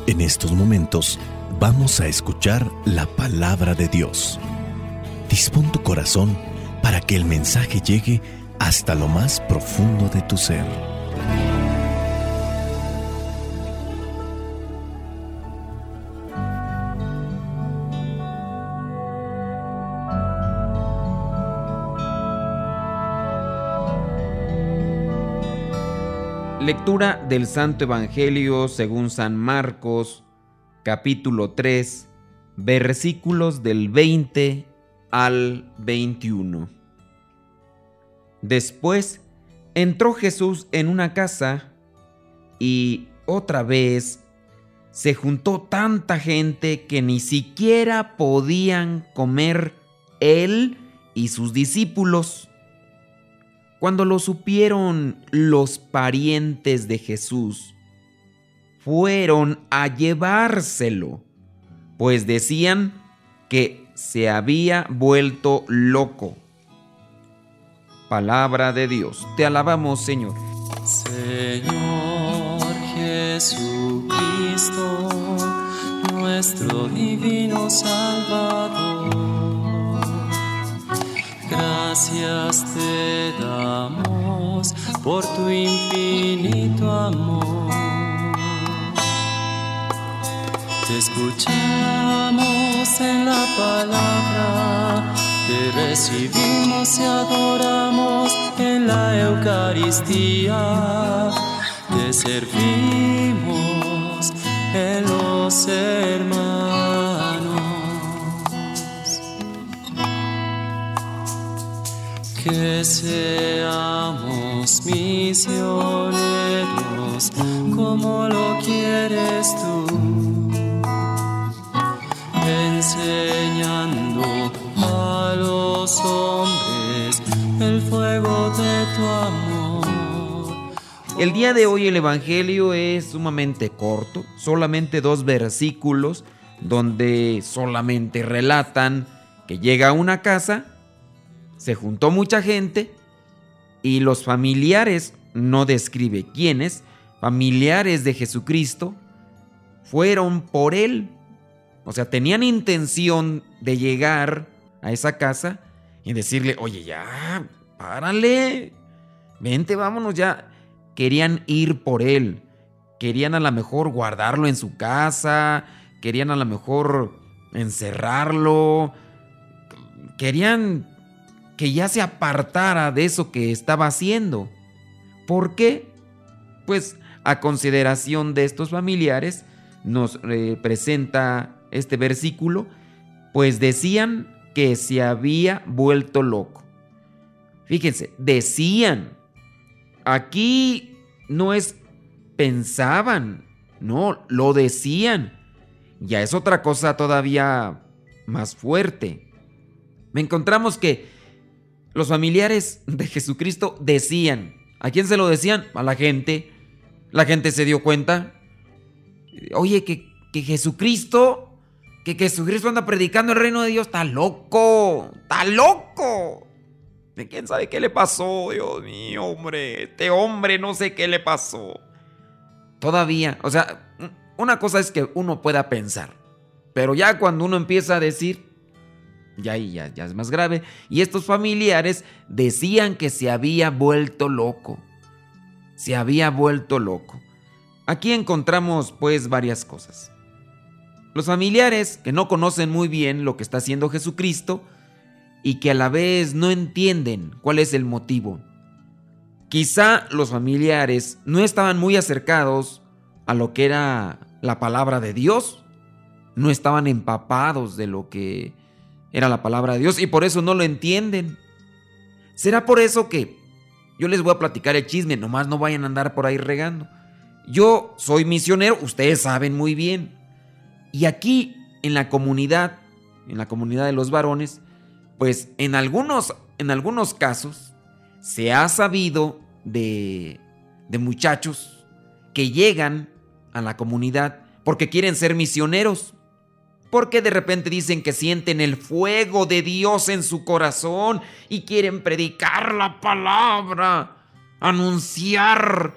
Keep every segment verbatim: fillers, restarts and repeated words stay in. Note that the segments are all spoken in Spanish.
En estos momentos vamos a escuchar la palabra de Dios. Dispón tu corazón para que el mensaje llegue hasta lo más profundo de tu ser. Lectura del Santo Evangelio según San Marcos, capítulo tres, versículos del veinte al veintiuno. Después entró Jesús en una casa y otra vez se juntó tanta gente que ni siquiera podían comer él y sus discípulos. Cuando lo supieron los parientes de Jesús, fueron a llevárselo, pues decían que se había vuelto loco. Palabra de Dios, te alabamos, Señor. Señor Jesucristo, nuestro divino Salvador, gracias te damos por tu infinito amor. Te escuchamos en la palabra, te recibimos y adoramos en la Eucaristía, te servimos en los hermanos. Que seamos misioneros como lo quieres tú, enseñando a los hombres el fuego de tu amor. El día de hoy el Evangelio es sumamente corto, solamente dos versículos donde solamente relatan que llega a una casa, se juntó mucha gente y los familiares, no describe quiénes, familiares de Jesucristo, fueron por él. O sea, tenían intención de llegar a esa casa y decirle, oye, ya, párale, vente, vámonos ya. Querían ir por él, querían a lo mejor guardarlo en su casa, querían a lo mejor encerrarlo, querían que ya se apartara de eso que estaba haciendo. ¿Por qué? Pues a consideración de estos familiares nos eh, presenta este versículo, pues decían que se había vuelto loco. Fíjense, decían. Aquí no es pensaban, no, lo decían. Ya es otra cosa todavía más fuerte. Encontramos que los familiares de Jesucristo decían. ¿A quién se lo decían? A la gente. La gente se dio cuenta. Oye, que, que Jesucristo, que, que Jesucristo anda predicando el reino de Dios. ¡Está loco! ¡Está loco! ¿Quién sabe qué le pasó? Dios mío, hombre. Este hombre no sé qué le pasó. Todavía, o sea, una cosa es que uno pueda pensar. Pero ya cuando uno empieza a decir, ya ahí ya, ya es más grave. Y estos familiares decían que se había vuelto loco. Se había vuelto loco. Aquí encontramos pues varias cosas. Los familiares que no conocen muy bien lo que está haciendo Jesucristo y que a la vez no entienden cuál es el motivo. Quizá los familiares no estaban muy acercados a lo que era la palabra de Dios. No estaban empapados de lo que era la palabra de Dios y por eso no lo entienden. ¿Será por eso que yo les voy a platicar el chisme? Nomás no vayan a andar por ahí regando. Yo soy misionero, ustedes saben muy bien. Y aquí en la comunidad, en la comunidad de los varones, pues en algunos, en algunos casos se ha sabido de, de muchachos que llegan a la comunidad porque quieren ser misioneros. Porque de repente dicen que sienten el fuego de Dios en su corazón y quieren predicar la palabra, anunciar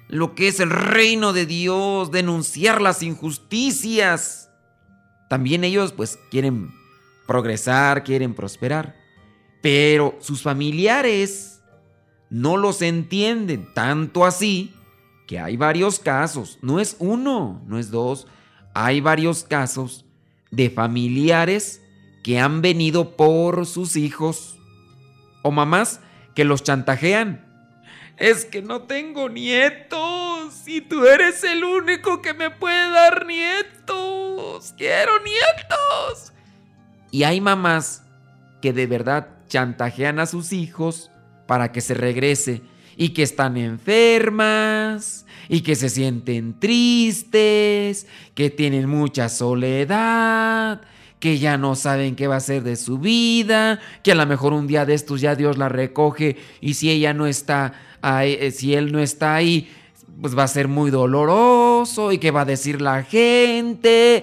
lo que es el reino de Dios, denunciar las injusticias. También ellos pues quieren progresar, quieren prosperar, pero sus familiares no los entienden, tanto así que hay varios casos, no es uno, no es dos, hay varios casos de familiares que han venido por sus hijos o mamás que los chantajean. Es que no tengo nietos y tú eres el único que me puede dar nietos. Quiero nietos. Y hay mamás que de verdad chantajean a sus hijos para que se regrese y que están enfermas y que se sienten tristes, que tienen mucha soledad, que ya no saben qué va a ser de su vida, que a lo mejor un día de estos ya Dios la recoge y si ella no está ahí, si él no está ahí, pues va a ser muy doloroso y qué va a decir la gente.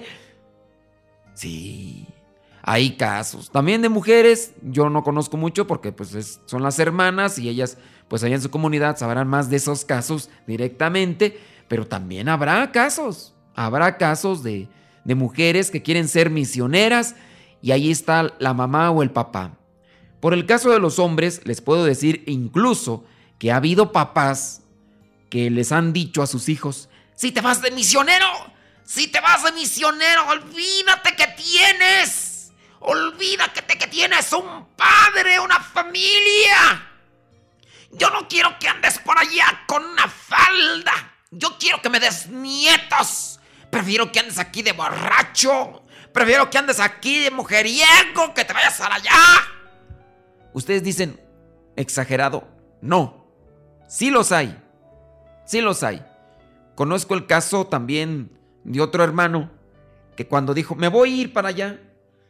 Sí, hay casos. También de mujeres, yo no conozco mucho porque pues es, son las hermanas y ellas pues allá en su comunidad sabrán más de esos casos directamente, pero también habrá casos, habrá casos de de mujeres que quieren ser misioneras y ahí está la mamá o el papá. Por el caso de los hombres, les puedo decir incluso que ha habido papás que les han dicho a sus hijos: si te vas de misionero, si te vas de misionero, olvídate que tienes, olvídate que tienes un padre, una familia. Yo no quiero que andes por allá con una falda, yo quiero que me des nietos. Prefiero que andes aquí de borracho. Prefiero que andes aquí de mujeriego, que te vayas para allá. Ustedes dicen, exagerado. No, sí los hay. Sí los hay. Conozco el caso también de otro hermano que cuando dijo, me voy a ir para allá,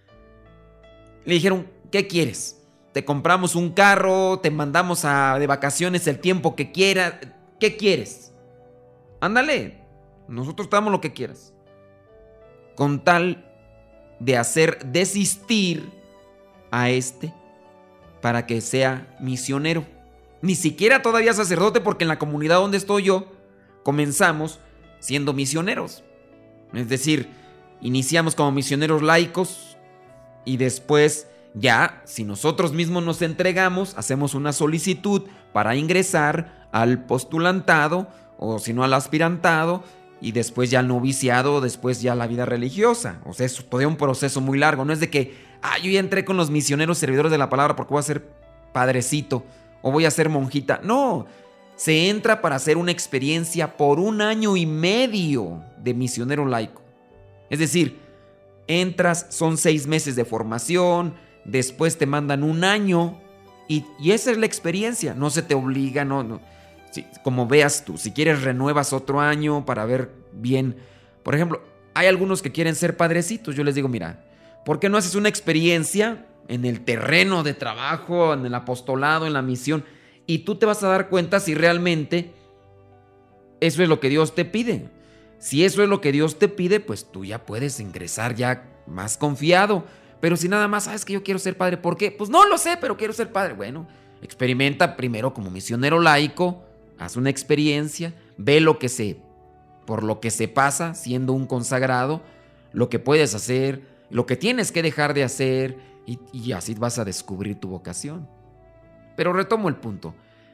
le dijeron, ¿qué quieres? Te compramos un carro, te mandamos a, de vacaciones el tiempo que quieras. ¿Qué quieres? Ándale. Nosotros te damos lo que quieras. Con tal de hacer desistir a este para que sea misionero. Ni siquiera todavía sacerdote, porque en la comunidad donde estoy yo comenzamos siendo misioneros. Es decir, iniciamos como misioneros laicos y después ya, si nosotros mismos nos entregamos, hacemos una solicitud para ingresar al postulantado o si no al aspirantado, y después ya el noviciado, después ya la vida religiosa. O sea, es todavía un proceso muy largo. No es de que, ah, yo ya entré con los misioneros servidores de la palabra porque voy a ser padrecito o voy a ser monjita. No, se entra para hacer una experiencia por un año y medio de misionero laico. Es decir, entras, son seis meses de formación, después te mandan un año y, y esa es la experiencia. No se te obliga, no, no. Sí, como veas tú, si quieres renuevas otro año para ver bien. Por ejemplo, hay algunos que quieren ser padrecitos. Yo les digo, mira, ¿por qué no haces una experiencia en el terreno de trabajo, en el apostolado, en la misión? Y tú te vas a dar cuenta si realmente eso es lo que Dios te pide. Si eso es lo que Dios te pide, pues tú ya puedes ingresar ya más confiado. Pero si nada más sabes que yo quiero ser padre, ¿por qué? Pues no lo sé, pero quiero ser padre. Bueno, experimenta primero como misionero laico. Haz una experiencia, ve lo que se, por lo que se pasa siendo un consagrado, lo que puedes hacer, lo que tienes que dejar de hacer y, y así vas a descubrir tu vocación. Pero retomo el punto.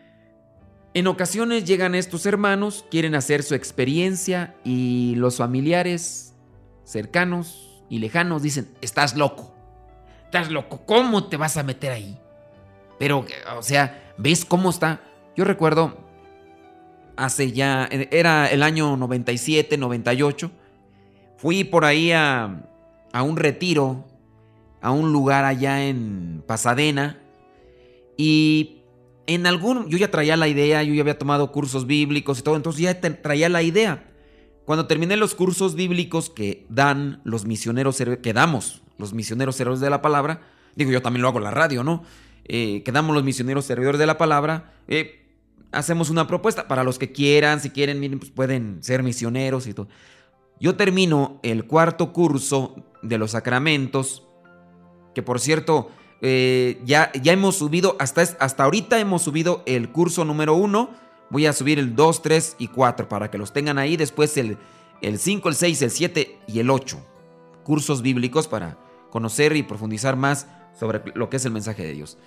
En ocasiones llegan estos hermanos, quieren hacer su experiencia y los familiares cercanos y lejanos dicen, estás loco, estás loco, ¿cómo te vas a meter ahí? Pero, o sea, ¿ves cómo está? Yo recuerdo... Hace ya, era el año noventa y siete, noventa y ocho. Fui por ahí a, a un retiro, a un lugar allá en Pasadena. Y en algún, yo ya traía la idea, yo ya había tomado cursos bíblicos y todo, entonces ya traía la idea. Cuando terminé los cursos bíblicos que dan los misioneros, que damos los misioneros servidores de la palabra, digo, yo también lo hago en la radio, ¿no? Eh, que damos los misioneros servidores de la palabra, eh, hacemos una propuesta para los que quieran, si quieren, miren, pues pueden ser misioneros y todo. Yo termino el cuarto curso de los sacramentos, que por cierto, eh, ya, ya hemos subido, hasta, hasta ahorita hemos subido el curso número uno, Voy a subir el dos, tres y cuatro para que los tengan ahí. Después el, el cinco, el seis, el siete y el ocho. Cursos bíblicos para conocer y profundizar más sobre lo que es el mensaje de Dios.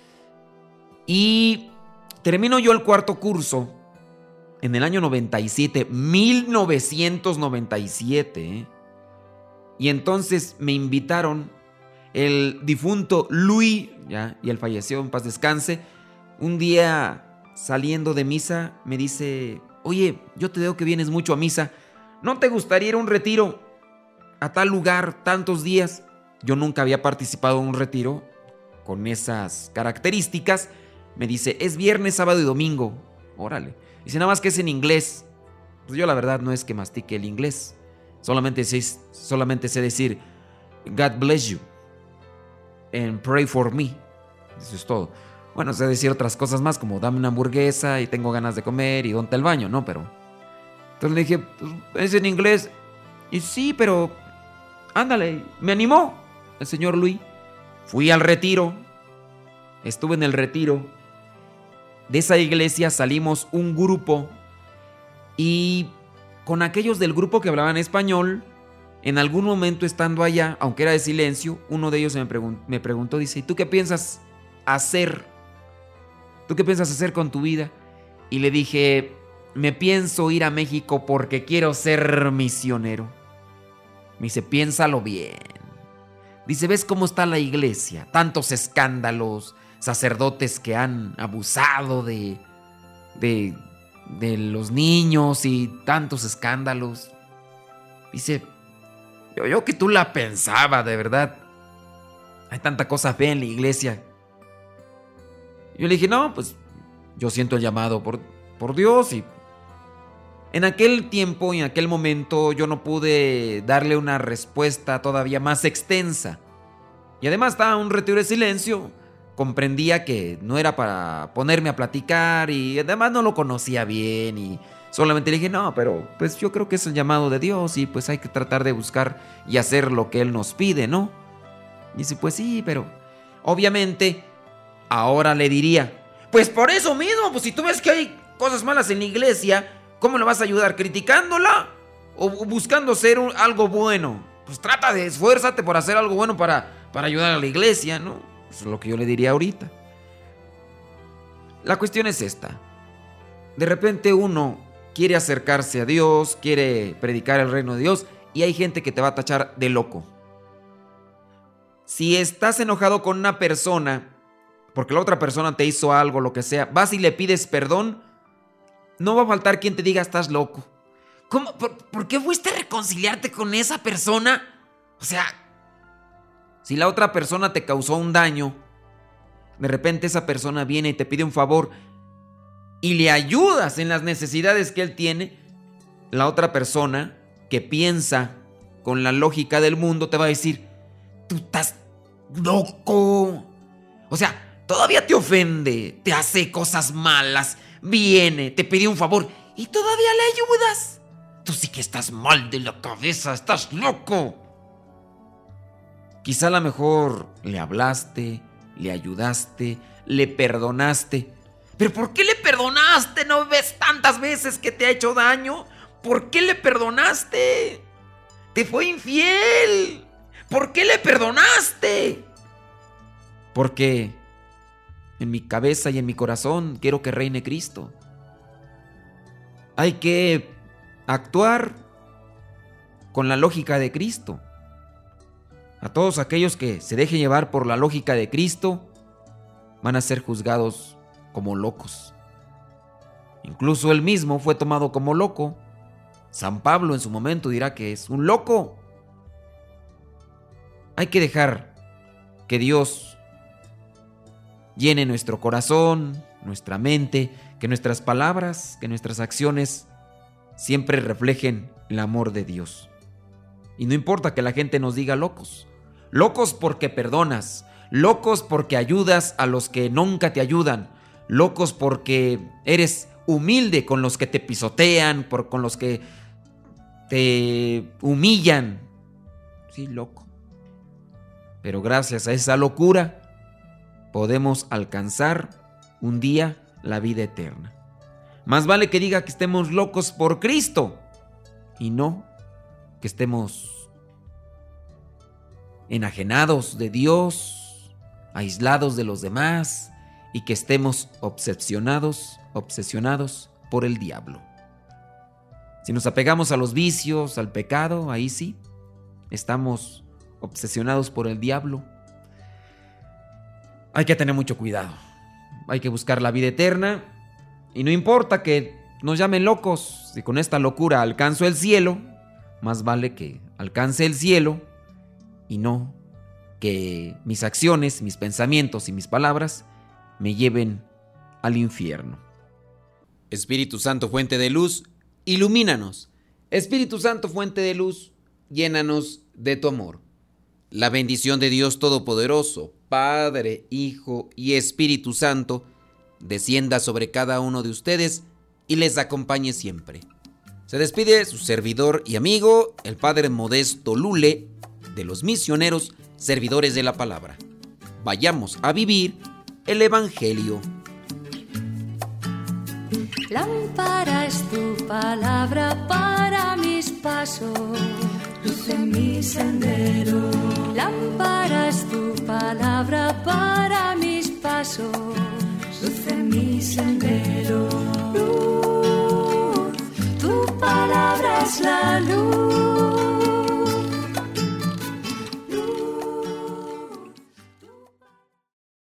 Y termino yo el cuarto curso en el año noventa y siete, mil novecientos noventa y siete. ¿eh? Y entonces me invitaron el difunto Luis, ya, y él falleció, en paz descanse. Un día saliendo de misa me dice: oye, yo te veo que vienes mucho a misa, ¿no te gustaría ir a un retiro a tal lugar tantos días? Yo nunca había participado en un retiro con esas características. Me dice: es viernes, sábado y domingo. Órale. Dice: nada más que es en inglés. Pues yo la verdad no es que mastique el inglés. Solamente sé, solamente sé decir God bless you and pray for me. Eso es todo. Bueno, sé decir otras cosas más como dame una hamburguesa y tengo ganas de comer y dónde está el baño, ¿no? Pero entonces le dije: pues, es en inglés. Y sí, pero ándale. Me animó el señor Luis. Fui al retiro. Estuve en el retiro. De esa iglesia salimos un grupo y con aquellos del grupo que hablaban español, en algún momento estando allá, aunque era de silencio, uno de ellos me, pregun- me preguntó, dice: ¿y tú qué piensas hacer? ¿Tú qué piensas hacer con tu vida? Y le dije: me pienso ir a México porque quiero ser misionero. Me dice: piénsalo bien. Dice: ¿ves cómo está la iglesia? Tantos escándalos, sacerdotes que han abusado de, de, de los niños y tantos escándalos. Dice: yo, yo que tú la pensaba, de verdad. Hay tanta cosa fea en la iglesia. Yo le dije: no, pues yo siento el llamado por, por Dios. Y en aquel tiempo y en aquel momento yo no pude darle una respuesta todavía más extensa. Y además estaba en un retiro de silencio. Comprendía que no era para ponerme a platicar y además no lo conocía bien y solamente le dije: no, pero pues yo creo que es el llamado de Dios y pues hay que tratar de buscar y hacer lo que Él nos pide, ¿no? Y dice: pues sí, pero obviamente ahora le diría: pues por eso mismo, pues si tú ves que hay cosas malas en la iglesia, ¿cómo le vas a ayudar? ¿Criticándola o buscando ser un, algo bueno? Pues trata de esfuérzate por hacer algo bueno para, para ayudar a la iglesia, ¿no? Eso es lo que yo le diría ahorita. La cuestión es esta. De repente uno quiere acercarse a Dios, quiere predicar el reino de Dios y hay gente que te va a tachar de loco. Si estás enojado con una persona porque la otra persona te hizo algo, lo que sea, vas y le pides perdón, no va a faltar quien te diga: estás loco. ¿Cómo? ¿Por, ¿por qué fuiste a reconciliarte con esa persona? O sea, si la otra persona te causó un daño, de repente esa persona viene y te pide un favor y le ayudas en las necesidades que él tiene, la otra persona que piensa con la lógica del mundo te va a decir: tú estás loco. O sea, todavía te ofende, te hace cosas malas, viene, te pide un favor y todavía le ayudas. Tú sí que estás mal de la cabeza, estás loco. Quizá a lo mejor le hablaste, le ayudaste, le perdonaste. ¿Pero por qué le perdonaste? ¿No ves tantas veces que te ha hecho daño? ¿Por qué le perdonaste? Te fue infiel. ¿Por qué le perdonaste? Porque en mi cabeza y en mi corazón quiero que reine Cristo. Hay que actuar con la lógica de Cristo. A todos aquellos que se dejen llevar por la lógica de Cristo van a ser juzgados como locos. Incluso él mismo fue tomado como loco. San Pablo en su momento dirá que es un loco. Hay que dejar que Dios llene nuestro corazón, nuestra mente, que nuestras palabras, que nuestras acciones siempre reflejen el amor de Dios. Y no importa que la gente nos diga locos. Locos porque perdonas. Locos porque ayudas a los que nunca te ayudan. Locos porque eres humilde con los que te pisotean, por, con los que te humillan. Sí, loco. Pero gracias a esa locura podemos alcanzar un día la vida eterna. Más vale que diga que estemos locos por Cristo y no que estemos enajenados de Dios, aislados de los demás y que estemos obsesionados, obsesionados por el diablo. Si nos apegamos a los vicios, al pecado, ahí sí, estamos obsesionados por el diablo. Hay que tener mucho cuidado. Hay que buscar la vida eterna y no importa que nos llamen locos. Si con esta locura alcanzo el cielo, más vale que alcance el cielo y no que mis acciones, mis pensamientos y mis palabras me lleven al infierno. Espíritu Santo, fuente de luz, ilumínanos. Espíritu Santo, fuente de luz, llénanos de tu amor. La bendición de Dios Todopoderoso, Padre, Hijo y Espíritu Santo, descienda sobre cada uno de ustedes y les acompañe siempre. Se despide su servidor y amigo, el Padre Modesto Lule, de los misioneros servidores de la palabra. Vayamos a vivir el Evangelio. Lámpara es tu palabra para mis pasos, luz en mi sendero. Lámpara es tu palabra para mis pasos, luz en mi sendero. Luz, tu palabra es la luz.